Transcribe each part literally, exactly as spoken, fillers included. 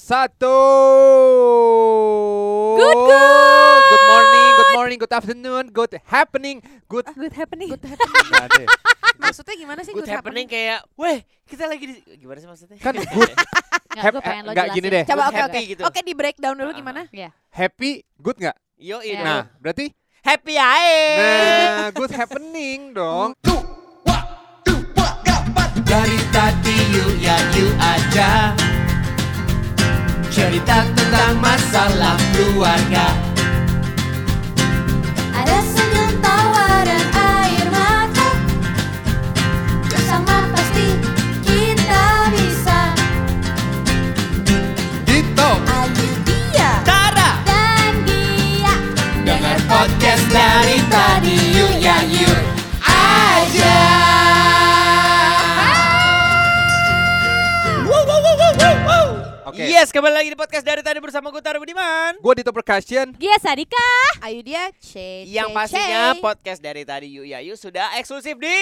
satu. Good good. Good morning, good morning, good afternoon, good happening, good Good happening. Good happening. Nggak ada. Maksudnya gimana sih Good happening kayak, weh kita lagi di, gimana sih maksudnya? Kan good, Nggak, hap- gue pengen lo nggak jelasin. gini deh. Coba Good oke oke. happy gitu. Oke di breakdown dulu gimana? Iya. Happy, good nggak? Yo Ya. ini. Nah, berarti Happy ae. nah good happening dong. Dari tadi you ya you aja. Cerita tentang masalah keluarga. Ada senyum tawa dan air mata. Bersama pasti kita bisa. Dito. Ayu dia Tara. dan dia. Dengar podcast dari tadi you ya you aja. Wow, wow, wow, wow, wow, wow. Oke. Yes, kembali lagi di podcast dari tadi bersama gue Tara Budiman. Gue Dito Percussion. Gia Sadika. Ayu dia C. Yang pastinya podcast dari tadi you ya you sudah eksklusif di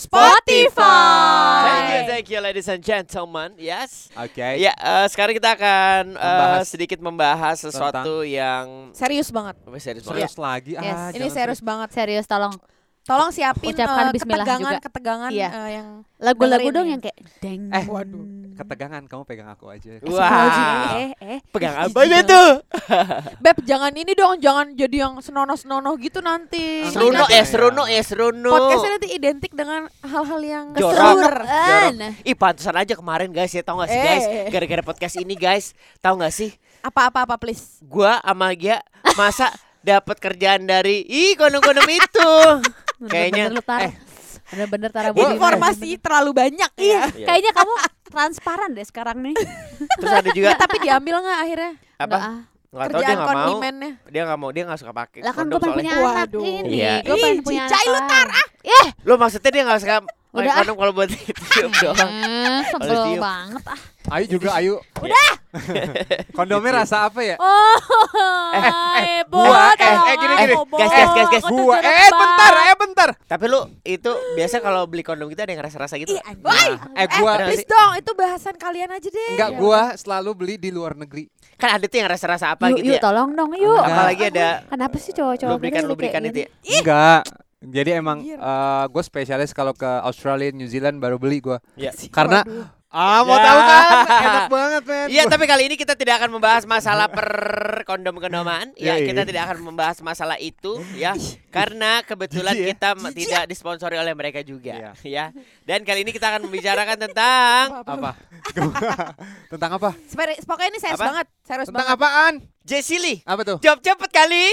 Spotify. Thank you, thank you ladies and gentlemen. Yes. Oke. Ya, eh, sekarang kita akan eh, Membahas sedikit membahas sesuatu yang Serius banget. oh, serius banget. Serius lagi. Yes. Ah, Ini jangan serius banget. Serius tolong. Tolong siapin Ucapkan eh, bismillah ketegangan juga. ketegangan Iya. eh, yang Lagu-lagu dengerin dong ya. yang kayak deng. Eh, Waduh. ketegangan kamu pegang aku aja. Wah. Eh eh. Pegang Ih, apa jijik itu? Beb jangan ini dong, jangan jadi yang senonoh-senonoh gitu nanti. Ah, Seruno Nanti- ya, seruno ya, seruno. Podcastnya nanti identik dengan hal-hal yang Jorok. keseruan. Jorok. Ih, pantesan aja kemarin guys ya, tau gak sih guys? Eh. Gara-gara podcast ini guys, tau gak sih? Apa-apa-apa please. Gua sama Gia masa dapat kerjaan dari ih kondom-kondom itu. Kayaknya Bener-bener lu Tara. eh. Bener-bener Tara Budiman. Informasi terlalu banyak ya. Iya. Kayaknya kamu transparan deh sekarang nih. Terus ada juga Tapi diambil nggak akhirnya apa? Nggak, ah. Nggak tahu dia kerjaan nggak mau. kondimennya? Dia nggak mau, dia nggak suka pakai. Lah kan kondom gue pengen soalnya. punya anak Waduh. ini. Iya. Gue pengen Ih, punya cicai lu, anak. Tar, Eh, Lo maksudnya dia nggak suka pakai Udah, ah. kondom kalau buat tiup doang. eh, sebel Kalau tiup. banget ah. Ayu juga Ayu. Udah. Kondomnya rasa apa ya? Oh, Eh, eh, gua, eh, eh, gini, gini. Guys, guys, guys, guys. Gua eh bentar, eh bentar. Tapi lu itu biasa kalau beli kondom kita ada yang rasa-rasa gitu. Ih, nggak? anjing. Nah, eh Eh, gua Ada please sih. dong, itu bahasan kalian aja deh. enggak gua selalu beli di luar negeri. Kan ada tuh yang rasa-rasa apa yuk, gitu yuk, ya. tolong dong, yuk. Enggak. Apalagi ada Kenapa sih cowok-cowok lubrikan gini lubrikan kayak itu ya. gini? Enggak. Jadi emang Anjir. eh gue spesialis kalau ke Australia, New Zealand baru beli gue. Iya. Karena Waduh. ah mau Ya. tahu kan enak banget men. Iya, tapi kali ini kita tidak akan membahas masalah per kondom-kondoman. Ya, Iya, kita iya. tidak akan membahas masalah itu ya. Karena kebetulan Jijik ya. kita m- tidak disponsori oleh mereka juga, Iya. ya. Dan kali ini kita akan membicarakan tentang Apa? Tentang apa? Seperi- Pokoknya ini serius Apa? banget, serius Tentang banget. apaan? Jessie Lee. Apa tuh? Jawab cepet kali.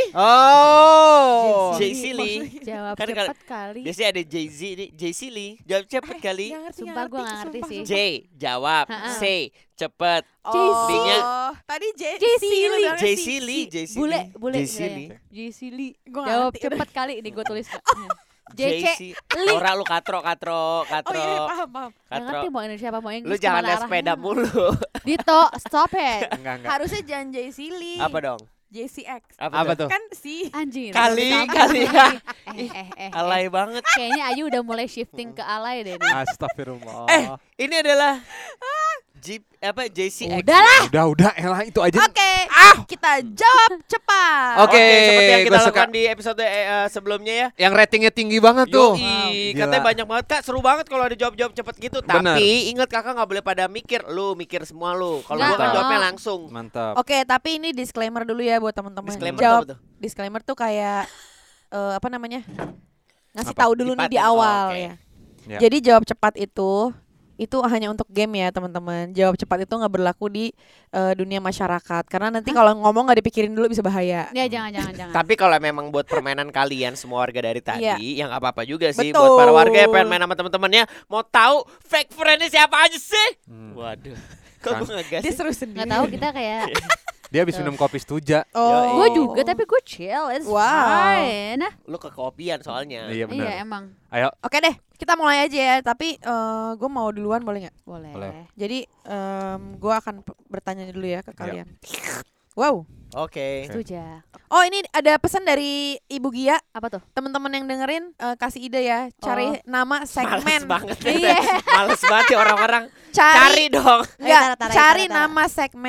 Oh. Jessie Lee. Jawab Kan cepat kali. Biasanya ada Jay-Z nih, Jessie Lee. Jawab cepet kali. Nggak ngerti, Sumpah nggak gua nggak ngerti sumpah, sih. J, jawab. Ha-ha. C, cepet. Oh, B-nya. tadi J Jessie lu Lee. bilangnya Jessie si- Lee, si- Jessie Bule, Lee. bule. Jessie Lee. Jessie Lee. Gua nggak Jawab ngerti. cepat kali. Ini gue tulis. J C Jessie. Ora lu katro, katro, Oh katro. iya, iya, paham, paham. Nggak Katro. ngerti mau Indonesia apa mau Inggris. Lu jangan kemana naik arahnya. sepeda mulu. Dito, stop it. Enggak enggak. Harusnya jangan J C Lee. Apa dong? J C X. Apa tuh? Kan si Anjing. Kali, Sama kali. lagi. Eh, eh, eh. Alay banget. Kayaknya Ayu udah mulai shifting ke alay deh. nih. Astagfirullah. Eh, ini adalah Jeep apa J C X. Udah lah. Udah udah elah itu aja. Oke, kita jawab cepat. Oke, seperti yang kita gua suka. lakukan di episode eh, eh, sebelumnya ya. Yang ratingnya tinggi banget tuh. Yoi, Wow, katanya gila. banyak banget Kak, seru banget kalau ada jawab-jawab cepet gitu. Bener. Tapi ingat Kakak nggak boleh pada mikir, lu mikir semua lu. Kalau Nggak gua kan mau. jawabnya langsung. Mantap. Oke, tapi ini disclaimer dulu ya buat teman-teman. Disclaimer Jawab. tuh apa tuh? Disclaimer tuh kayak eh, apa namanya? Ngasih Apa? tahu dulu nih di Dipaten. awal Oh, oke. ya. Ya. Jadi jawab cepat itu itu hanya untuk game ya teman-teman. Jawab cepat itu nggak berlaku di eh, dunia masyarakat karena nanti kalau ngomong nggak dipikirin dulu bisa bahaya. Ya jangan jangan jangan. Tapi kalau memang buat permainan kalian semua warga dari tadi, Iya. yang nggak apa-apa juga sih Betul. buat para warga yang pengen main sama teman-temannya, mau tahu fake friendnya siapa aja sih? Hmm. Waduh, kok Kan. gue ngegas Dia sih? seru sendiri. Nggak tahu kita kayak. Dia habis minum kopi setuja. Oh. Gue juga tapi gue chill. It's Wow. fine. Lu kekopian soalnya. Iya benar. Iya emang. Ayo. Oke deh, kita mulai aja ya. Tapi eh, gue mau duluan boleh nggak? Boleh. Boleh. Jadi gue akan p- bertanya dulu ya ke kalian. Wow. Oke. Setuju. Oh ini ada pesan dari Ibu Gia. Apa tuh? Teman-teman yang dengerin eh, kasih ide ya. Cari Oh. nama Males segmen. banget. Iya. Males banget ya orang-orang. Cari, Cari dong. Enggak, Ayo, Tara, Tara, cari Tara, Tara. nama segmen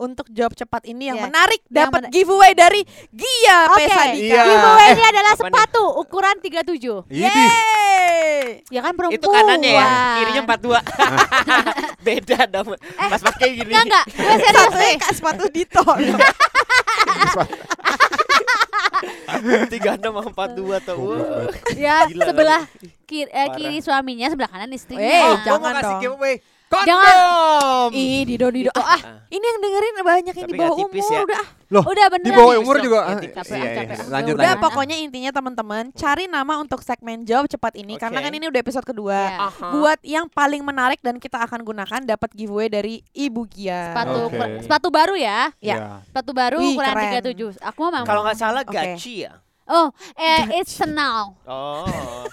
untuk jawab cepat ini yang Iya. menarik Yang dapat men- giveaway dari Gia Oke, Pesadika. Iya. giveaway-nya adalah Apa nih? sepatu ukuran tiga puluh tujuh. Idih. Yeay. Ya kan perempuan. Itu kanannya ya, kirinya empat puluh dua. Beda dong. Pas pakai gini. Enggak enggak, gue serius Satunya nih. kayak sepatu Dito. tiga puluh enam sama empat puluh dua tuh. Wah. Ya, Gila sebelah kiri, eh, Parah. kiri suaminya, sebelah kanan istrinya. Eh, Oh, gua jangan mau kasih dong. giveaway. Jangan. Kondom. Ih, Dido Dido. Ah, ini yang dengerin banyak yang Tapi di bawah nggak tipis umur ya. udah. Loh, Udah beneran. di bawah nih. umur juga. Yang Ah, tipis. Capek, iya, iya. capek. Lanjut, Udah, lanjut. pokoknya intinya teman-teman cari nama untuk segmen jawab cepat ini Oke. karena kan ini udah episode kedua. Ya. Aha. Buat yang paling menarik dan kita akan gunakan dapat giveaway dari Ibu Gia. Sepatu Oke. ukuran- sepatu baru ya. Ya. Iya. Sepatu baru Wih, ukuran keren. tiga puluh tujuh. Aku mah mau. Kalau nggak salah Oke. gaci ya. Oh, eh it's senal. Oh.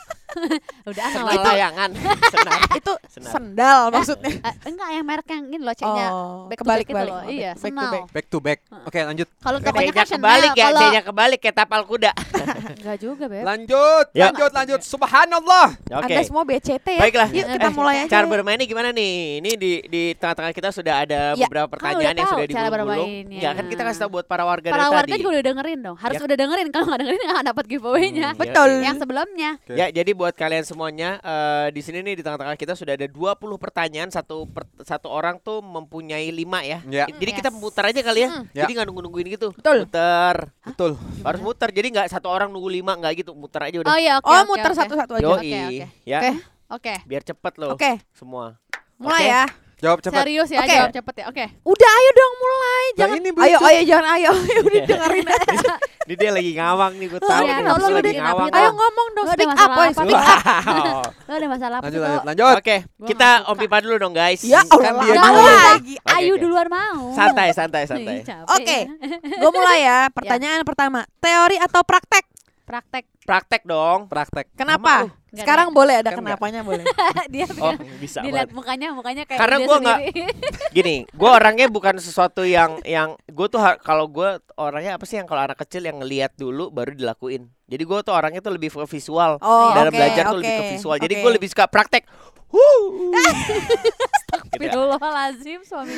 Udah nggak Senal apa-apa. layangan. Senal. Itu Senang. sendal maksudnya. Eh, enggak yang merek yang ini loh C-nya. Oh, back to kebalik back itu balik. loh. Iya, back to senal. back. Back to back. Oke, lanjut. Kalau tokonya C-nya kan Chanel. kebalik ya, Kalau C-nya kebalik kayak tapal kuda. enggak juga, Beb. Lanjut, Ya. lanjut, lanjut. Subhanallah. Oke. Anda semua B C T ya. Baiklah. Yuk kita Eh, mulai aja. Cara bermainnya gimana nih? Ini di di tengah-tengah kita sudah ada Ya. beberapa pertanyaan udah yang tahu sudah cara digulung-gulung. bermainnya. Ya kan kita kasih tahu buat para warga Para dari warga tadi. juga udah dengerin dong. Harus Ya. udah dengerin, kalau nggak dengerin nggak dapat giveaway-nya. Hmm, Betul. iya. Yang sebelumnya. Oke. Ya, jadi buat kalian semuanya eh, di sini nih di tengah-tengah kita sudah ada dua puluh pertanyaan, satu per- satu orang tuh mempunyai lima ya. Ya. Jadi Yes. kita muter aja kali ya. Mm. Ya. Jadi nggak nunggu-nungguin gitu. Betul. Muter. Betul. Harus muter. Jadi nggak satu orang nunggu lima, nggak gitu. Muter aja udah. Oh iya, oke. Oh, oke, muter oke. satu-satu aja. Yoi. Oke, oke. Ya. Oke. Oke. Biar cepet loh Oke, semua. mulai Oke. ya. Jawab cepat. Serius ya, Oke. jawab cepet ya. Oke. Udah ayo dong mulai. Nah, Jangan ini belum ayo cukup. ayo jangan ayo. Udah dengerin aja. Ini dia lagi ngawang nih, gue tahu Iya, nih. tau Pasti lu lagi dengerin ngawang. apa Ayo Tahu. ngomong dong, Lu ada speak up masalah boy, apa speak tuh? up. Wow. Lo ada masalah apa Lanjut, sih, lanjut, Tok? lanjut. Oke, Gua kita nggak Om suka. Pipa dulu dong guys. Ya Kan Allah, dia jangan dulu. lagi. Oke, Ayu oke. duluan mau. Santai, santai, santai. Ih, capek Oke, ya. gue mulai ya. Pertanyaan pertama, teori atau praktek? Praktek. Praktek dong. Praktek. Kenapa? Nggak Sekarang boleh ada Kan kenapanya boleh. Dia Oh, bilang- bisa dilihat banget. mukanya, mukanya kayak Karena dia gua nggak- sendiri. Gini, gue orangnya bukan sesuatu yang yang gue tuh ha- kalau gue orangnya apa sih yang kalau anak kecil yang ngelihat dulu baru dilakuin. Jadi gue tuh orangnya tuh lebih ke visual. Oh, Dalam oke, belajar tuh oke, lebih ke visual. Jadi oke. gue lebih suka praktek. Huh. Gitu ya. Astagfirullahaladzim suami.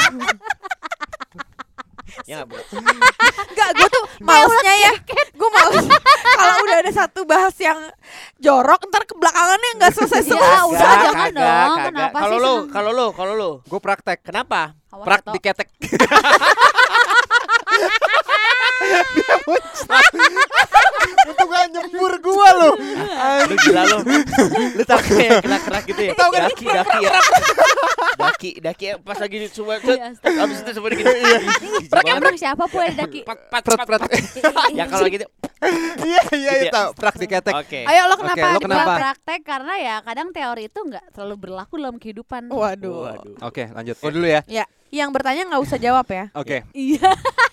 Ya, nggak, Bu? Enggak, gue tuh malesnya ya. Gue males kalau udah ada satu bahas yang jorok, ntar ke belakangannya nggak selesai Ya, selesai. udah, Kagak, jangan kagak, dong. kagak. Kenapa Kalau sih lu, seneng? kalau lu, kalau lu. Gue praktek. Kenapa? Awas Prak ya, Tok. diketek. Untuk gak nyembur gua lu. Lu gila lu. Lu tau kayak kerak-kerak gitu ya. Tahu kan? Daki, daki ya. Daki, daki ya, pas lagi semua Iya, astaga. abis itu semua gini. Emang siapa pun yang daki? Pat, pat, Prat, pat, prat. pat. Ya kalau gitu. Iya, iya, Gitu iya ya? tahu. Prak diketek. Oke. Ayo lo Oke, kenapa? lo Gua kenapa? praktek karena ya kadang teori itu nggak selalu berlaku dalam kehidupan. Waduh. Waduh. Oke, lanjut. Oh dulu ya. Ya, yang bertanya nggak usah jawab ya. Oke. Iya.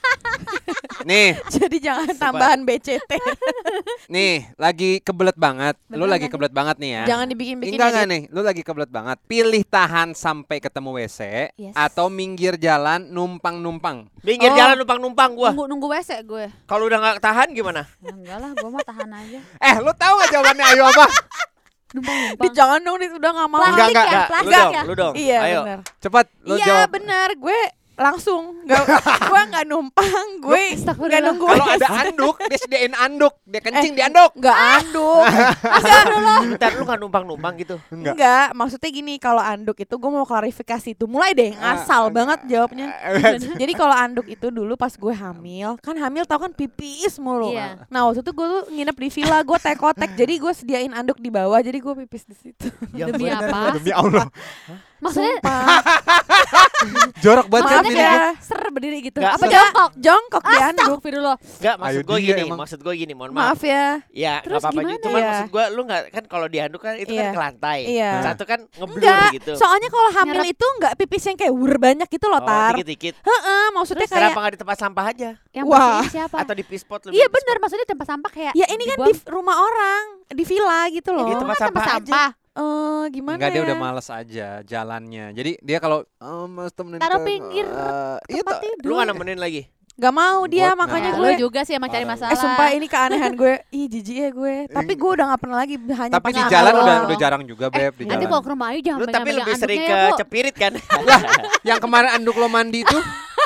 Nih, Jadi jangan tambahan B C T. nih, lagi kebelet banget. Lu Beneran lagi lagi. kebelet banget nih ya. Jangan dibikin-bikin. Enggak ya, enggak Dit. nih, lu lagi kebelet banget. Pilih tahan sampai ketemu W C Yes. atau minggir jalan numpang-numpang. Pinggir Oh. jalan numpang-numpang gua. Nunggu nunggu W C gue. Kalau udah nggak tahan gimana? Ya enggak lah, gue mah tahan aja. Eh, lu tahu gak jawabannya Ayu apa? Numpang-numpang. Dit, jangan dong, Dit, udah nggak mau. Plastik Enggak, enggak, ya, Enggak, lu plastik dong, ya. lu dong. Iya Ayo. benar. Cepat, lu Iya jawab. benar, gue langsung nggak, gue nggak numpang, gue Astagfirullah. nggak nunggu. Kalau ada anduk, dia sediain anduk, dia kencing di anduk. nggak anduk. Bentar, lu nggak numpang-numpang gitu. Enggak. Enggak, maksudnya gini, kalau anduk itu gue mau klarifikasi itu. Mulai deh, ngasal banget jawabnya. Jadi kalau anduk itu dulu pas gue hamil, kan hamil tau kan pipis mulu. Iya. Nah waktu itu gue tuh nginep di villa, gue tekotek, jadi gue sediain anduk di bawah, jadi gue pipis di situ. Demi apa? Demi Allah. Maksudnya Sumpah. Jorok banget kan Maaf ini. ya, ser berdiri gitu. Nggak, Apa ser. jongkok? jongkok di anduk. Astagfirullah. Enggak, maksud Ayo gue dia gini, emang. maksud gue gini, mohon maaf. Maaf ya. Ya, Terus nggak apa-apa gimana? juga. Cuman Iya. maksud gue, lu nggak kan kalau dianduk kan itu Iya. kan ke lantai. Iya. Satu kan ngeblur Enggak, gitu. soalnya kalau hamil Nyerap. itu enggak pipis yang kayak wur banyak gitu loh, Oh, Tar. dikit-dikit. Heeh, maksudnya Terus kayak kenapa nggak di tempat sampah aja? Yang Wah. bersihin siapa? Atau di pispot lebih Iya pispot. benar, maksudnya tempat sampah kayak ya ini kan di dibuang. rumah orang, di villa gitu loh. Di tempat tempat sampah aja. sampah. Eh, gimana Enggak, dia ya? udah males aja jalannya. Jadi dia kalau oh, mas temenin Taruh ke- pinggir eh, iya, tempat tak- tidur. Lu nggak nemenin lagi? Gak mau dia, Gua- makanya Ya, Nah, lu gue juga sih emang cari Parah. masalah. Eh sumpah ini keanehan gue. Ih jijik ya gue. Tapi gue udah gak pernah lagi hanya Tapi di pakai jalan anduk udah doang. udah jarang juga, Beb, di Nanti jalan. kalau ke rumah Ayu jangan Lu tapi megang-megang lebih sering anduknya ke ya, Bu. cepirit kan? Yang kemarin anduk lo mandi itu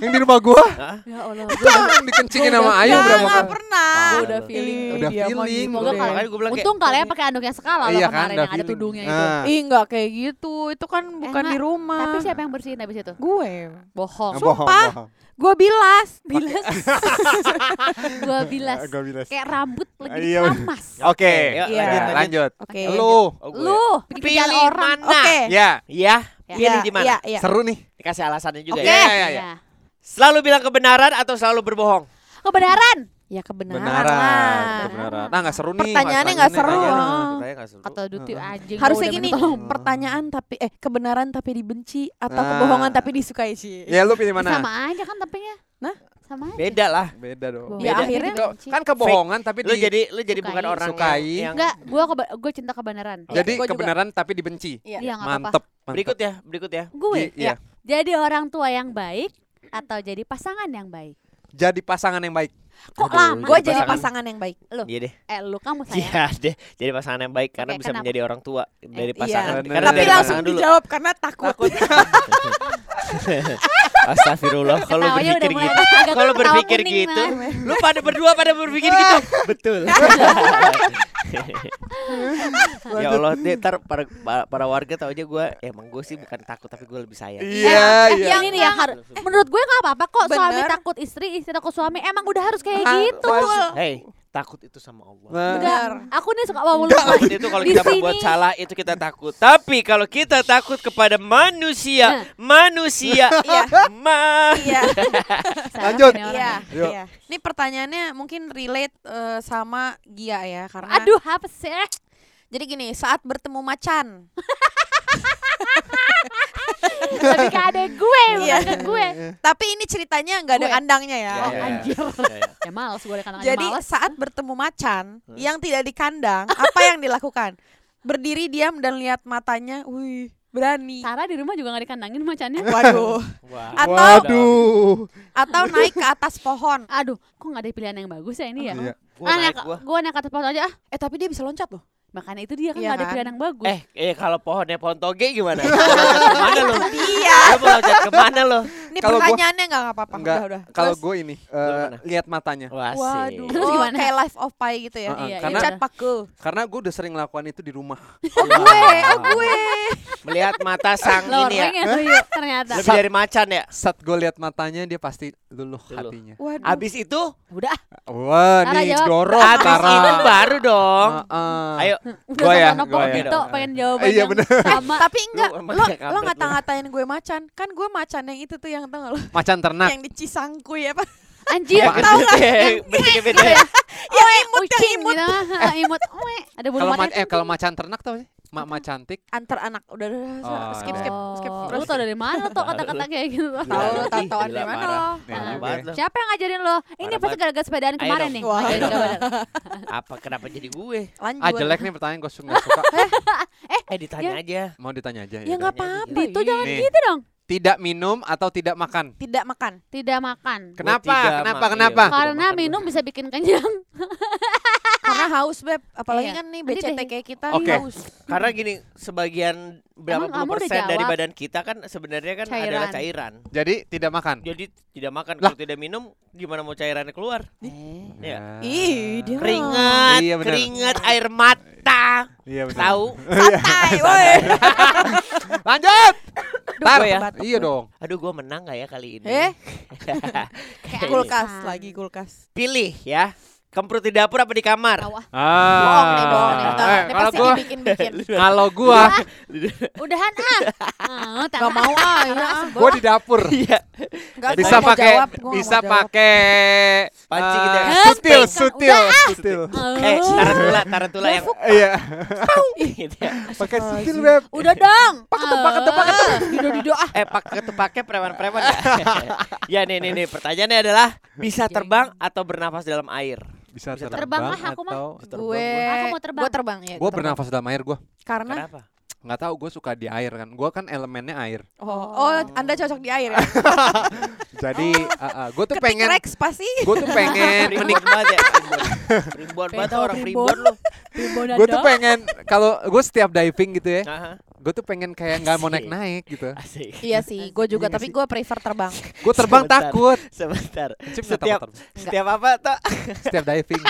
Yang di rumah gua. Ya Allah. Yang dikencingin sama Ayu Enggak, berapa enggak kali. pernah. Gue Ah, udah lu. feeling tuh. Udah Iya, feeling. mau Semoga gitu kalau Makanya gue bilang kayak untung kalian pakai anduk yang skala loh Iya kan, kemarin udah yang ada feeling. tudungnya itu. Ah. Ih, enggak kayak gitu. Itu kan bukan Emang, di rumah. Tapi siapa yang bersihin habis itu? Gue. Bohong. Ah, bohong, Sumpah. bohong. Gue bilas. Bilas. Gua bilas. Gua bilas. Kayak rambut lagi Iya. dikeramas. Oke, Yuk, Iya. lanjut, lanjut. lanjut. Oke. Lu. Oh, gue. Lu bikin Pilih kerjaan orang. mana? Oke. Ya, Ya, Ya. pilih Iya, di mana? Iya, iya. seru nih. Dikasih alasannya juga Oke. ya. Iya, iya, iya. Ya. Selalu bilang kebenaran atau selalu berbohong? Kebenaran. Ya kebenaran, Benaran, lah. kebenaran. Nah, enggak seru nih. Pertanyaannya nggak seru. Pertanyaannya. Oh. Pertanyaan nggak seru. Kata Duti anjing. Harusnya gua udah gini, minta tolong. pertanyaan tapi eh kebenaran tapi dibenci atau Nah. kebohongan tapi disukai sih. Ya lu pilih mana? Sama aja kan tapinya. Nah? Sama aja. Beda lah. Beda dong. Bohong. Ya, Beda. akhirnya- Dia Kok- benci. kan kebohongan tapi Lu di jadi lu jadi Sukai. bukan orang Sukai. yang, yang Enggak, gua keba- gua cinta kebenaran. jadi Gua juga. kebenaran tapi dibenci. Iya. Iya, enggak apa-apa. Mantep. mantep. berikut ya, berikut ya. Gue. Iya. Jadi orang tua yang baik atau jadi pasangan yang baik? Jadi pasangan yang baik. Kok Aduh, lama? Gue Jadi jadi pasangan. pasangan yang baik. Lu. Iya deh. Eh lu kamu sayang. Iya deh. Jadi pasangan yang baik karena Oke, bisa kenapa? menjadi orang tua dari Iya. pasangan. Bener. Karena Tapi dari langsung pasangan dulu. dijawab karena takut. Astagfirullah kalau Ketawanya berpikir udah mulai gitu. agak Kalau ketawa berpikir kuning, gitu, Mas. lu pada berdua pada berpikir gitu. Betul. Ya Allah, deh, ntar para, para, para warga tau aja gue, emang gue sih bukan takut tapi gue lebih sayang. Iya, Eh, iya. Yang ini ya harus. Menurut gue nggak apa-apa kok suami Bener. takut istri, istri takut suami. Emang udah harus kayak Ah, gitu. Hey, takut itu sama Allah. Nah, Enggak, aku nih suka bawa mulut. Takut itu kalau Di kita sini. berbuat salah itu kita takut. Tapi kalau kita takut kepada manusia, manusia, Iya. ma. Iya. Salah Lanjut. ini orang. Iya, Yuk. iya. Ini pertanyaannya mungkin relate eh, sama Gia ya karena Aduh, apa sih? jadi gini, saat bertemu macan. Lebih ke adek gue, Iya. bukan ke gue. Tapi ini ceritanya nggak ada Gue. kandangnya ya. Ya, Oh, ya, ya. anjir. Ya, ya. Ya males gue ada kandang Jadi males. saat bertemu macan yang tidak di kandang, apa yang dilakukan? Berdiri diam dan lihat matanya, wih, berani. Tara di rumah juga gak dikandangin macannya. Waduh. Wah. Atau Waduh. atau naik ke atas pohon. Aduh, kok gak ada pilihan yang bagus ya ini ya? Iya. Gua Ah, naik naik- gua. Gue naik ke atas pohon aja ah. Eh tapi dia bisa loncat loh. Makanya itu dia kan Iya gak ada kan? pilihan yang bagus. Eh, eh kalau pohonnya pohon toge gimana? Mau loncat kemana lo? Iya. Lo mau loncat kemana lo? Ini Kalau gua- pertanyaannya nggak apa-apa. Enggak. Udah, udah. Kalau Terus- gue ini eh, Gimana? lihat matanya. Wah, Waduh. Terus Oh, gimana? kayak life of pi gitu ya. Heeh, Iya, karena iya. Cat paku. karena gue udah sering lakukan itu di rumah. Gue, oh gue. Melihat mata sang ini ya. Loreng ya tuh yuk, ternyata. Lebih dari macan ya. Saat gue lihat matanya dia pasti luluh Luluh. hatinya. Waduh. Abis itu, Udah, Wah, Tara nih jawab. dorong abis Tara. itu baru dong. Heeh. Ayo, udah Gua ya, sama gua ya. Pokito pengen jawaban Iya, yang bener. sama. Tapi enggak, Lu lo emang lo kayak kampret ngata-ngatain gue macan. Kan gue macan yang itu tuh yang tau gak lo? Macan ternak. Yang di Cisangkuy apa? Anjir, Apaan? Tahu nggak? Bentuknya beda ya. Yang imut, yang kucing imut. gitu. Ah, imut. Uwe. Ada bulu Kalau ma- matanya eh kalau macan ternak tau sih? Mak-mak cantik. Antar anak. Udah, udah, udah. Oh. skip, skip, skip. Oh, Terus lu tau dari mana tuh kata-kata kayak gitu? tahu Gila, lo, tahu ih, tahuan gila, dari mana parah. lo? Nih, Ah. juga Banget ya. lo. Siapa yang ngajarin lo? Ini Parah pasti gara-gara sepedaan Ayo kemarin dong. nih. Wah. Ngajarin sepedaan. Apa kenapa jadi gue? Lanjut. Ah jelek nih pertanyaan gue suka nggak suka. Eh ditanya aja. Mau ditanya aja. Ya Ya nggak Tanya aja. apa-apa. Itu jangan Nih. gitu dong. Tidak minum atau tidak makan. Tidak makan. Tidak makan. Kenapa? tidak Kenapa? ma- Kenapa? iya, tidak Karena makan minum gua. bisa bikin kenyang. Karena haus beb. Apalagi Iya. kan nih Udah B C T deh. kayak kita Oke. haus. Karena gini, sebagian berapa Emang puluh kamu udah persen dari jawab? badan kita kan sebenarnya kan Cairan. adalah cairan. Jadi tidak makan. Jadi tidak makan, Lah. kalau tidak minum gimana mau cairannya keluar? Eh. Ya. Ih, dia mah. Keringat, Iya, benar. keringat, air mata. Iya benar. Tahu? Santai, woi. Lanjut. Tar. gua ya. Iya dong. Aduh, gua menang gak ya kali ini? Eh, Kayak kulkas Iya. lagi kulkas. Pilih ya. Kemprut di dapur apa di kamar? Tawa. Bohong nih, bohong nih. Ah. Tuh, Eh, ini kalau pasti gua dibikin-bikin. kalau gua Udahan ah. Ah, tak Gak mau ah, ya. gua di dapur. Iya. Gak, Bisa gua mau pakai jawab, gua nggak bisa mau jawab. pakai Panci eh, gitu ya. sutil, Kan sutil, udah, sutil. Eh, tarantula, tarantula yang Iya. gitu ya. Pakai sutil, Beb. Udah dong. Paketu, paketu, paketu. Dido, dido ah. Eh, pakai ketupaknya preman-preman ya. Ya nih nih nih, pertanyaannya adalah bisa terbang atau bernafas dalam air? Bisa Bisa terbang, terbang lah, aku mah. atau Gue, Aku mau terbang. Gue terbang ya. gua gua bernafas dalam air gua. terbang. Karena Kenapa? Nggak tahu, gue suka di air kan. Gua kan elemennya air. oh, oh, Anda cocok di air ya. Jadi, gue tuh Ketik pengen Rex pasti. gue tuh pengen menik Primbon banget ya. Primbon. Primbon banget Pengen tahu orang primbon. primbon lu. Primbon gue tuh ada. pengen kalau gue setiap diving gitu ya, Aha. Gue tuh pengen kayak nggak mau Asik. naik-naik gitu. Asik. Iya sih, gue juga Iya nggak tapi sih? gue prefer terbang. Gue terbang Sebentar. takut. Sebentar. Cip nggak Setiap takut terbang. setiap apa tuh? Setiap diving.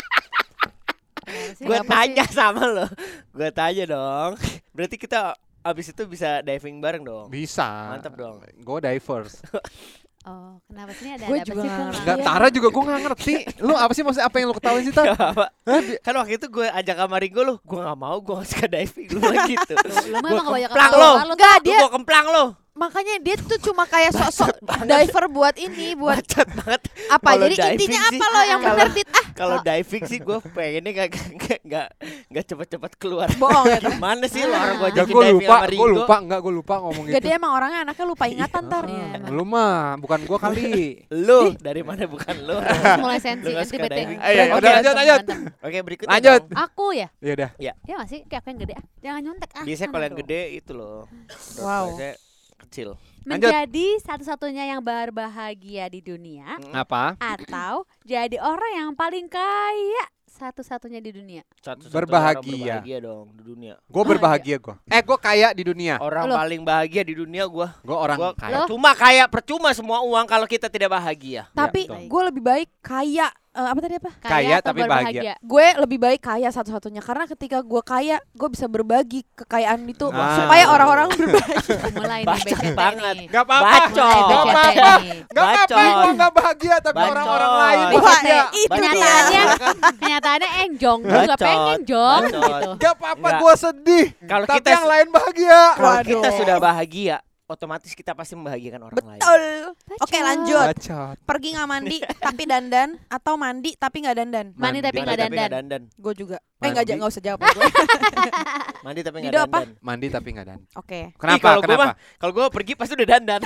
Gue tanya sama lo. Gue tanya dong. Berarti kita abis itu bisa diving bareng dong. Bisa. Mantap dong. Gue divers. Oh, kenapa sih ini ada, Gue ada apa juga sih? nggak Gua ngerti. Enggak, Tara juga gue nggak ngerti. Lu apa sih maksudnya apa yang lu ketahuin sih, Tar? Gak apa. Kan waktu itu gue ajak sama Ringo lo. Gue gak mau, gue gak suka diving. Lu bilang gitu. Lu mah emang kebanyakan Plang tahu lo. kan lu Enggak, tuh. Lu dia mau kemplang lo. makanya dia tuh cuma kayak sok-sok diver buat ini, buat Bacot banget. apa? Kalau Jadi diving intinya sih, apa lo yang kalau- bener Dit? Ah, Kalau diving sih gue pengennya gak gak gak gak cepet-cepet keluar. bohong ya. Gimana sih lo orang gue Enggak, ajakin gue diving lupa, sama gue Ringo. lupa, enggak gue lupa ngomong Gak, gitu. dia emang orangnya anaknya lupa ingatan Tar. Iya, emang. Lu mah, bukan gue kali. Lu dari mana bukan lu? Mulai sensi Lu nggak N T suka B T. diving. Ayo, Berantem, udah, lanjut, lanjut. berantem. Oke berikutnya. Lanjut. dong. Aku ya? Ya udah. Ya nggak sih? Kayak aku yang gede ah. Jangan nyontek ah. Biasanya Sana kalau yang dong. gede itu loh. Wow. Biasanya kecil. Lanjut. Menjadi satu-satunya yang berbahagia di dunia Apa? atau jadi orang yang paling kaya satu-satunya di dunia. Satu-satunya Berbahagia. orang berbahagia dong di dunia. Gue berbahagia gue. Eh, gue kaya di dunia. Orang Loh. paling bahagia di dunia gua. Gue orang Gua kaya. Loh. cuma kaya percuma semua uang kalau kita tidak bahagia. Tapi betul. gue lebih baik kaya. Eh, apa tadi apa? Kaya atau tapi bahagia. Gue lebih baik kaya satu-satunya karena ketika gue kaya, gue bisa berbagi kekayaan itu Ah. supaya orang-orang berbagi. Mulai nih Bacot B C T banget. nih. Gak apa-apa. Bacot. Mulai Gak B C T apa-apa. nih. Gak apa-apa. Bacot. Gue gak bahagia tapi Bacot. orang-orang lain Wah, bahagia. itu Kenyataannya, dia. kenyataannya enjong. Gue gak Bacot. pengen jong Bacot. gitu. Gak apa-apa, Nggak. gue sedih. Kalau Tapi kita yang lain bahagia. kalau Waduh. kita sudah bahagia, otomatis kita pasti membahagiakan orang lain. Betul. Oke Bacot. lanjut. Bacot. Pergi nggak mandi tapi dandan atau mandi tapi nggak dandan? Mandi tapi Mandi nggak tapi nggak dandan. dandan. Gue juga. Eh Mandi. nggak ja- nggak usah jawab gue. Mandi tapi Dido nggak apa? dandan. Mandi tapi gak dan. Oke. Ih, Kenapa? kalau gua Kenapa? mah, kalau gue pergi pasti udah dandan.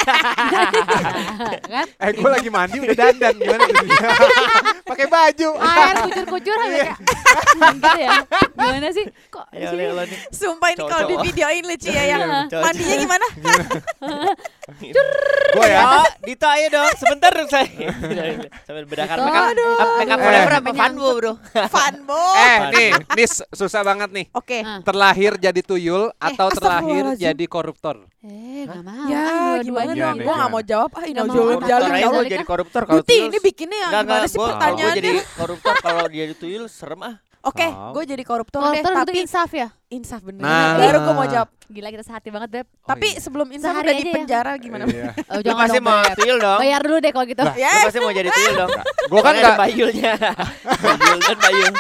Kan? Eh, gue lagi mandi udah dandan gimana? Pakai baju. Air kucur-kucur aja kayak gitu ya. Gimana sih? Kok di Ayo, sini? ayo, nih. Sumpah ini kalau di Cowok-cowok. videoin lucu ya yang Cowok-cowok. mandinya gimana? Gue ya. Oh, Dito ayo dong, sebentar dong saya. Sambil bedakan Dito. make up, Aduh. make up Eh. forever apa Menyangkut. Fanbo bro? Fanbo. Eh, nih, nih s- susah banget nih. Oke. Ah. Terlahir jadi tuyul atau terlahir astagfirullahaladzim. jadi koruptor? Eh, gak mau. Ya Ah, gimana dua-duanya. Gimana, dong? Gue gimana? nggak mau jawab. Ah ini Nggak mau. jalur Koruptor jalur Koruptor aja jauh. lo jadi koruptor kalau Guti tuyul. ini bikinnya yang Enggak, gimana enggak, sih gua, kalau gue pertanyaannya? jadi koruptor kalau dia jadi tuyul serem ah. Oke, Oh. gue jadi koruptor, deh. Koruptor untuk Tapi insaf ya? insaf bener. Nah. Baru gue mau jawab. Gila kita sehati banget, Beb. Oh, Tapi iya. sebelum insaf Sehari udah aja di ya. penjara gimana? Iya. Oh, Lu jangan pasti dong, mau Beb. tuyul dong. Bayar dulu deh kalau gitu. Lah. Ya. Lu pasti mau jadi tuyul dong. Gue kan Soalnya ada enggak. bayulnya. Bayul dan bayul.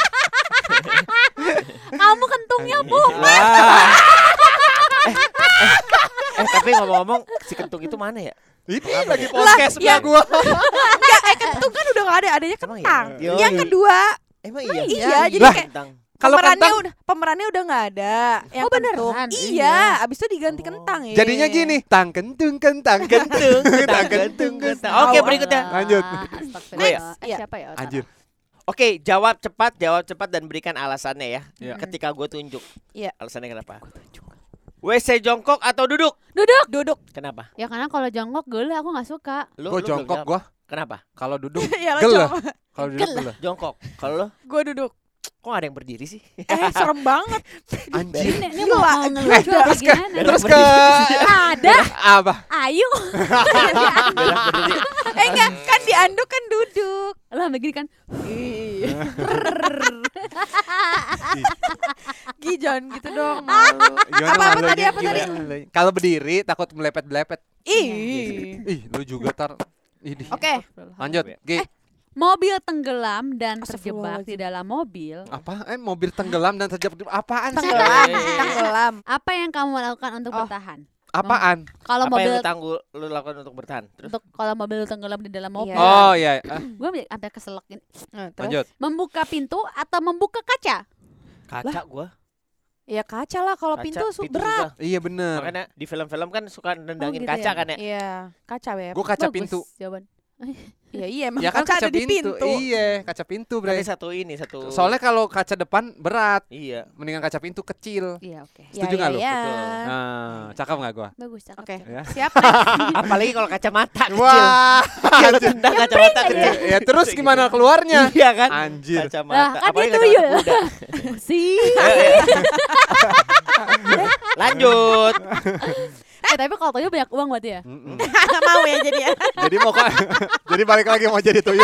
Kamu kentungnya, Bu. Wah. eh, eh, eh, tapi ngomong-ngomong si kentung itu mana ya? Ini lagi podcast ya. sebelah gue. Enggak, eh kentung kan udah gak ada, adanya Emang kentang. iya? Yang Yoi. kedua, Emang iya? iya, jadi Lah. kayak Kentang. Kalau pemerannya kentang udah pemerannya udah nggak ada. Yang Oh, beneran? kentung. Iya. Iya, abis itu diganti Oh. kentang ya. jadinya gini, tang kentung kentang Kentung, kentung kentang, kentung kentung, kentang. Tahu, Oke, ah. berikutnya. Lanjut. Astagfirullah. Gue ya? Eh, Iya. siapa ya? Anjir. Oke, jawab cepat, jawab cepat dan berikan alasannya ya. Iya. Ketika gue tunjuk. Iya. Alasannya kenapa? W C jongkok atau duduk? Duduk. Duduk. Kenapa? Ya karena kalau jongkok gue aku nggak suka. Lu, Gue lu belum jongkok jawab. gue. Kenapa? Kalau duduk Ya lo gele. coba. Kalau duduk Gele. gele. Jongkok. Kalau lo, Gue duduk. kok gak ada yang berdiri sih? Eh serem banget. Anjir. Ini, ini Gila. mau ngelucu Eh, apa terus ke- gimana? Terus ke Ada. apa? Ayu. Eh enggak, kan dianduk kan duduk. Lah begini kan. Gi jangan gitu dong. Malu. Gimana Apa-apa malunya? tadi, apa Gimana tadi? malunya? Kalau berdiri takut melepet-melepet. Ih. Ih, lu juga tar. Ini. Oke. Lanjut, Gi. Mobil tenggelam dan terjebak Astagfirullahaladzim. di dalam mobil. Apa? Eh, mobil tenggelam dan terjebak. Apaan sih? Tenggelam, Eh. tenggelam. Apa yang kamu lakukan untuk Oh. bertahan? Apaan? Kalau Apa yang mobil lu tanggul lu lakukan untuk bertahan? Terus untuk kalau mobil tenggelam di dalam mobil, Iya. Oh iya. Ah, gue sampai keselak ini. Nah, terus? lanjut. Membuka pintu atau membuka kaca? kaca gua. Ya kaca lah kalau Kaca, pintu su pintu berat. susah. Iya bener. Makanya di film-film kan suka nendangin gitu kaca ya? kan ya. Iya, kaca Beb. Gue kaca Bagus pintu. Jawaban. Iya iya emang Ya kan kaca, kaca ada di pintu. pintu. Iya, kaca pintu, Tapi Bre. satu ini satu. Soalnya kalau kaca depan berat, iya. mendingan kaca pintu kecil. Iya oke. Ya, Setuju ya, nggak lu? ya. Betul. Nah, cakep nggak gua? Bagus cakep. Oke. cakep. Ya. Siap next. Apalagi kalau kacamata kecil. Wah. Iya, lu tendang kacamata kecil. Ya terus gimana keluarnya? Iya kan? Anjir. Kacamata. Lah, kan Apalagi dia kacamata tuyul. kuda. Sih. Ayo, ayo. Lanjut. Eh tapi kalau tuyul banyak uang berarti ya? Mm-mm. Nggak mau ya jadi ya. Jadi mau kok jadi balik lagi mau jadi tuyul.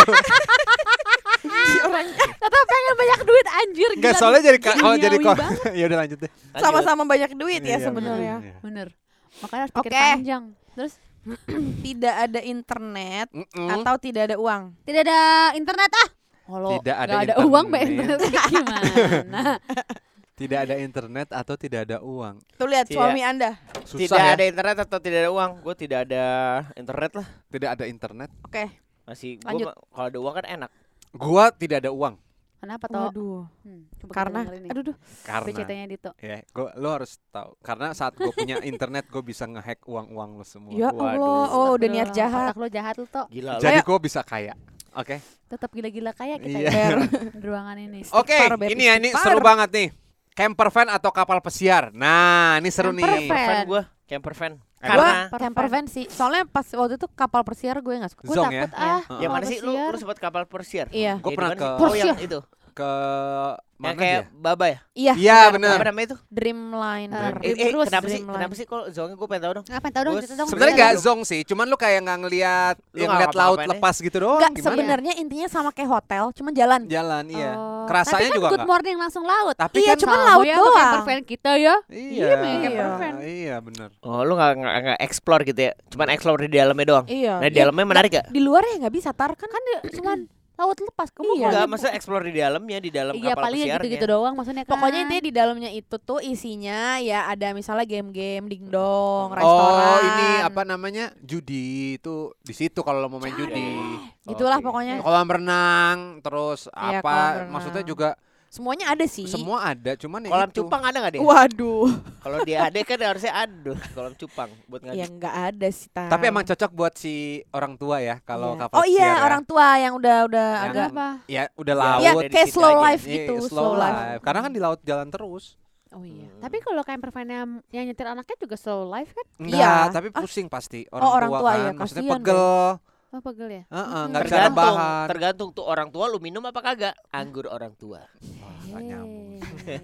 Si orangnya Tetap pengen banyak duit anjir. Enggak, gila. soalnya jadi kalau jadi Duniawi kok. banget. Ya udah lanjut deh. Lanjut. sama-sama banyak duit ya Iya, sebenarnya. bener. Bener. Makanya harus pikir Oke. panjang. Terus Tidak ada internet Mm-mm. atau tidak ada uang. tidak ada internet ah. Kalau Tidak ada nggak ada internet. uang mbak internet gimana? Tidak ada internet atau tidak ada uang. Tuh lihat Tidak. suami Anda. Susah Tidak ya. ada internet atau tidak ada uang? Gue tidak ada internet lah. Tidak ada internet. Oke. Masih Lanjut. gue kalau ada uang kan enak. Gua tidak ada uang Kenapa toh? Waduh. Hmm, coba kita Karena dengerin nih. aduh duh. B C karena T-nya Dito. ya, gua lo harus tahu karena saat gue punya internet gue bisa ngehack uang-uang lo semua. Ya Waduh. Allah, oh udah niat jahat. Otak lo jahat lo toh. Gila. Jadi Ayo. gue bisa kaya. Oke. Tetap gila-gila kaya kita Iya. ya. Di ruangan ini. Oke, Istighfar, Beb, ini ya ini istighfar. seru banget nih. Camper van atau kapal pesiar. Nah, ini seru Camper nih. van. Fan gue, camper van. Gua Karena Gua camper van sih. Soalnya pas waktu itu kapal persiar gue enggak suka. Gue Zong ya? takut ah. Heeh. yang mana kapal sih lu, pesiar. lu sempat kapal persiar? Iya. Gua Yang pernah di mana ke- sih? Oh yang Persiar. itu. Ke Yang mana kayak ya? Baba ya? Iya. Iya, bener. Apa namanya itu? Dreamliner. Eh, eh, Terus kenapa sih? Dreamline. Kenapa sih kalau zongnya gue pengen tahu dong? Ngapain tahu dong Gua cerita dong. Sebenarnya cerita nggak dong. zong sih, cuman lu kayak nggak ngelihat Lu yang nggak ngeliat laut ngapa-ngapain lepas gitu doang. Enggak, Gimana? sebenarnya intinya sama kayak hotel, cuma jalan. Jalan, iya. Oh, Kerasanya tapi kan juga good nggak. morning langsung laut. Tapi Iya, kan cuman Sama laut ya sama doang. camper van kita ya. iya, Iya, men, camper van. iya benar. Oh lu nggak nggak nggak explore gitu ya? Cuman explore di dalamnya doang. Iya. Nah di Ya, dalamnya menarik gak? Di luar ya nggak bisa tar kan. Kan dia cuman laut lepas. Kamu Iya. mau Enggak, gitu? maksudnya explore di dalamnya di dalam Iya kapal paling ya pesiarnya. gitu-gitu doang maksudnya kan. Pokoknya intinya di dalamnya itu tuh isinya ya ada misalnya game-game, Oh, dingdong, restoran. ini apa namanya? Judi itu di situ kalau lo mau main judi. Gitulah Oke. pokoknya. Kolam renang, terus Iya, kolam apa? renang. Maksudnya juga Semuanya ada sih. semua ada, cuman ya Kolam itu. cupang ada nggak deh? Waduh. Kalau di A D kan harusnya ada kolam cupang buat Ya ngaji. nggak ada sih tar. Tapi emang cocok buat si orang tua ya kalau Iya. kapal Oh iya, pesiar ya. orang tua yang udah udah Yang- agak Apa? Ya udah Ya, laut. ya udah di kayak situ slow aja. life Iya, gitu, slow life. Karena kan di laut jalan terus. Oh iya. Tapi kalau camper van yang, yang nyetir anaknya juga slow life kan? Enggak, Iya. tapi Ah. pusing pasti orang, Oh, orang tua, tua kan. ya, Maksudnya kasihan pegel. Oh pegel ya? Heeh, Mm-mm. enggak bisa Tergantung, rebahan. tergantung tuh orang tua lu minum apa kagak? Anggur orang tua. Wah, nggak nyambung.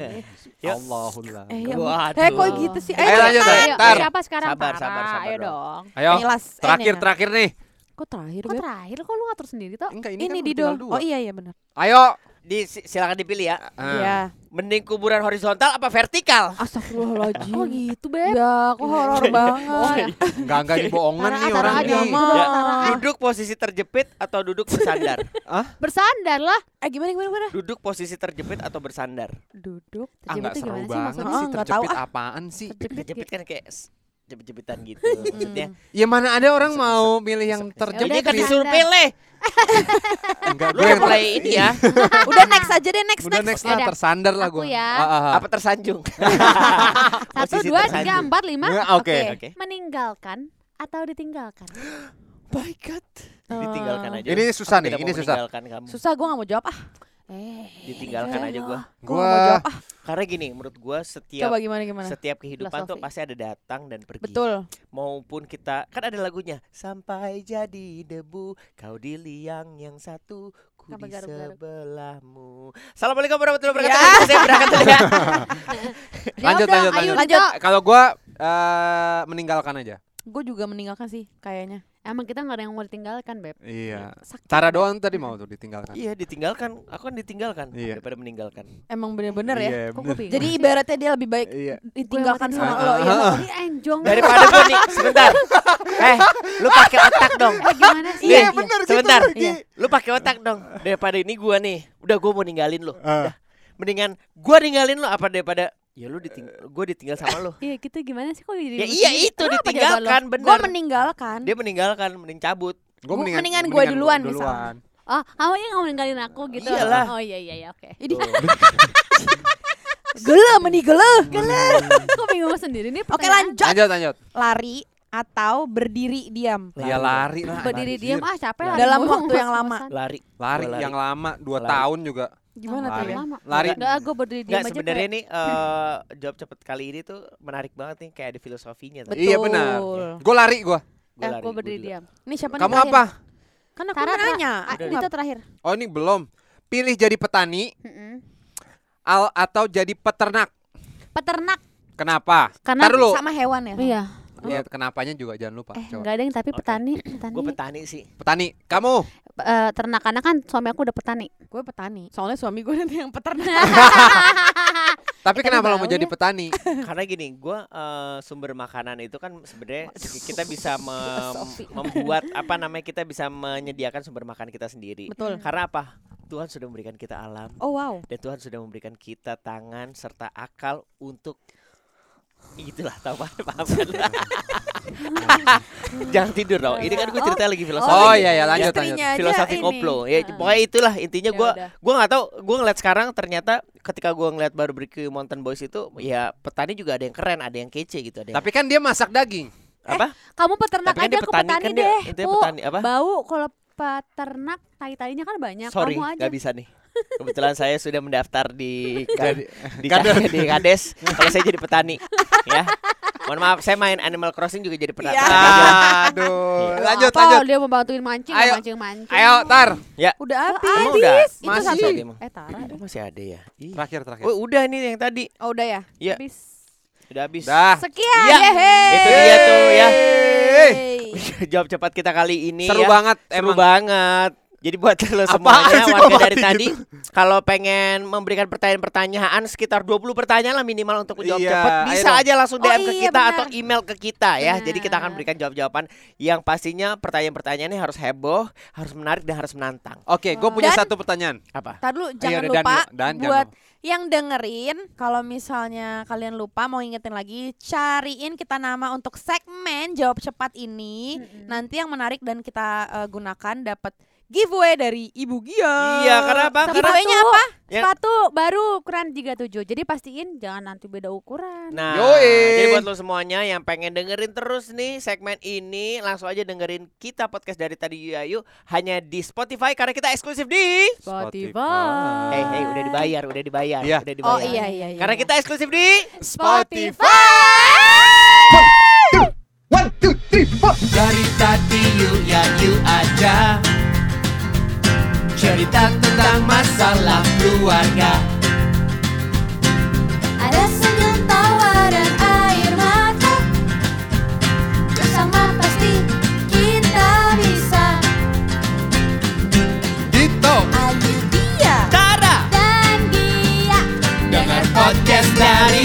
Yuk. Allahullah. Eh, ya, Waduh. eh kok gitu sih? Ayo lanjut, cepetan. Ayo, Tar. siapa sekarang? Sabar, Tara. sabar, sabar Ayo dong. dong. Ayo, Nilas, eh, terakhir Nena. terakhir nih. Kok terakhir, Kok Beb? terakhir kok lu ngatur sendiri toh? Enggak, ini, Ini kan udah Dido. tinggal dua. Oh iya iya benar. Ayo. Di si- silakan dipilih ya. Ah. Iya. Mending kuburan horizontal apa vertikal? Astagfirullahaladzim. Oh gitu Beb. Ya, kok horor banget. Enggak enggak dibohongan Tara, nih Tara orang aja, nih. Mama. Ya, Tara. duduk posisi terjepit atau duduk bersandar? Bersandar lah. Eh gimana gimana gimana? Duduk posisi terjepit atau bersandar? Duduk. Ah, Terjepit enggak tuh seru gimana sih banget maksudnya? Oh, sih nggak tahu, terjepit ah. apaan sih? Terjepit Terjepit gitu. kan kayak s- jepit-jepitan gitu. Maksudnya Ya mana ada orang mau milih yang Udah, terjepit. ini kan bersandar. disuruh pilih. Enggak, Lu gue yang mulai ini ya. Udah next aja deh next udah next. next lah Yaudah. tersandar lah Aku gue. ya. Apa tersanjung? Satu, Posisi dua, tersanjung. tiga, empat, lima. Oke. Oke. Meninggalkan atau ditinggalkan? My God. Ditinggalkan aja. Ini susah Aku nih, tidak ini mau susah. meninggalkan kamu. Susah gue gak mau jawab ah. Eh, Ditinggalkan aja gua. Gua Gua nggak mau jawab ah. Karena gini, menurut gua setiap Coba gimana gimana. setiap kehidupan tuh Filosofi. pasti ada datang dan pergi. Betul. Maupun kita kan ada lagunya sampai jadi debu kau di liang yang satu ku Sampai di garuk-garuk. sebelahmu. Assalamualaikum warahmatullahi Ya. wabarakatuh. Saya berangkat dulu ya. Lanjut, dong, lanjut, ayo, lanjut. Dito. Kalau gua eh, meninggalkan aja. Gue juga meninggalkan sih kayaknya. Emang kita nggak ada yang mau ditinggalkan Beb. Iya. Sakit. Tara doang tadi mau tuh ditinggalkan. Iya, ditinggalkan. Aku kan ditinggalkan Iya. daripada meninggalkan. Emang bener-bener ya. Iya, Kok bener. gue bingung Jadi sih? ibaratnya dia lebih baik Iya. ditinggalkan Gue sama sama lo ya. Ini enjong. Daripada gua nih sebentar. Eh, lu pakai otak dong. Eh, gimana sih? Iya, Iya, bener gitu Sebentar. lagi. Iya. Lu pakai otak dong. Daripada ini gua nih. Udah gua mau ninggalin lu. Ah. Udah. Mendingan gua ninggalin lu apa daripada ya lu ditinggal gua ditinggal sama lu. Iya gitu gimana sih kok jadi Ya lu iya sendiri? itu Kenapa ditinggalkan Gue bener. meninggalkan. Dia meninggalkan, mending cabut. Gua Gua- mendingan gua mendingan duluan, duluan. Oh, kamu yang nggak mau ninggalin aku gitu. Iyalah. Oh iya iya iya oke. Ini Tuh. gele meni gele. Gele. Aku bingung sendiri nih. Oke pertanyaan. lanjut. Lanjut, lanjut. Lari atau berdiri diam. Ya lari lah. Berdiri anjir. diam ah capek lah. Dalam ngomong, waktu yang lama. ngos-ngosan. Lari. Lari Gua lari. yang lama dua Lari. tahun juga. Gimana Lama, tuh ya? lama. Lari. Enggak, gue berdiri diam Enggak aja sebenarnya kayak- nih eh jawab cepet kali ini tuh menarik banget nih kayak ada filosofinya tadi. Betul. Iya benar. Gua lari gua. Gua Eh, lari, gue gua berdiri dulu. diam. Ini siapa nih Kamu terakhir? apa? Kan aku Tara, Tara. nanya. Ah, Aku itu nggak- terakhir. Oh ini belum. Pilih jadi petani Mm-mm. al atau jadi peternak. Peternak. Kenapa? Karena Ntar dulu. Sama hewan ya? Iya. Ya, kenapanya juga jangan lupa. Eh, Coba. enggak ada yang tapi Oke. petani, petani. Gue petani sih. Petani, kamu. Eh, ternak karena kan suami aku udah petani. Gue petani. Soalnya suami gue nanti yang peternak. Tapi Kan kenapa lo bau mau jadi ya. petani? Karena gini, gue uh, sumber makanan itu kan sebenarnya kita bisa mem- filosofi. membuat apa namanya kita bisa menyediakan sumber makan kita sendiri. Betul. Karena apa? Tuhan sudah memberikan kita alam Oh wow. dan Tuhan sudah memberikan kita tangan serta akal untuk itulah tahu apa paham kan? Jangan tidur dong. Ini kan gue cerita lagi filosofi. Oh iya ya, lanjut lanjut. Istrinya aja Filosofi ini. koplo ya pokoknya itulah intinya Ya gue udah. gue nggak tahu gue ngeliat sekarang ternyata ketika gue ngeliat Barbecue Mountain Boys itu ya petani juga ada yang keren ada yang kece gitu ada yang, Tapi kan dia masak daging. apa Kamu peternak Tapi kan aja, dia aku petani, petani kan dia- deh. itu dia Bu, petani, apa? Bau kalau peternak tai-tainya kan banyak. sorry Kamu aja. nggak bisa nih kebetulan saya sudah mendaftar di Jadi- di, Kades. di Kades kalau saya jadi petani ya mohon maaf saya main Animal Crossing juga jadi petani Iya. Aduh, Loh, lanjut apa, lanjut. Dia mau bantuin mancing, Ayo. mancing-mancing. Ayo, Tar. Udah habis. Emang udah Itu Masih. satu. Emang. Eh, Tara. Oh, masih ada ya Ih. Terakhir terakhir. Oh, udah nih yang tadi Oh udah ya? ya Habis. udah habis Dah. Sekian. Iya. Yeay. Itu dia tuh ya. Hey. Jawab cepat kita kali ini Seru ya. banget Seru emang. banget. Jadi buat lo Apaan semuanya sih, warga gua dari mati tadi gitu. kalau pengen memberikan pertanyaan-pertanyaan sekitar dua puluh pertanyaan lah minimal untuk menjawab Iya, cepat ayo bisa dong. aja langsung D M Oh ke iya, kita benar. atau email ke kita ya. Jadi kita akan Benar. berikan jawab-jawaban yang pastinya pertanyaan-pertanyaannya harus heboh, harus menarik dan harus menantang. Oke, gue punya Dan- satu pertanyaan. Apa? Tar dulu Ayo, jangan Dan lupa dulu. Dan jangan buat lupa. yang dengerin kalau misalnya kalian lupa mau ingetin lagi cariin kita nama untuk segmen jawab cepat ini. Mm-mm. Nanti yang menarik dan kita eh, gunakan dapat giveaway dari Ibu Gia. Iya, karena apa? Karena Giveaway-nya apa? Ya. Sepatu baru ukuran tiga puluh tujuh. Jadi pastiin jangan nanti beda ukuran. Nah, Yoi. jadi buat lo semuanya yang pengen dengerin terus nih segmen ini, langsung aja dengerin kita podcast dari tadi Ayu hanya di Spotify karena kita eksklusif di. Spotify. Hei, hei, udah dibayar, udah dibayar, Iya. udah dibayar. Oh iya iya iya. Karena kita eksklusif di. Dari tadi yuk ya yuk aja cerita tentang masalah keluarga. Ada senyum tawa dan air mata. Bersama pasti kita bisa. Dito. Ayu dia Tara, dan dia. dengar podcast dari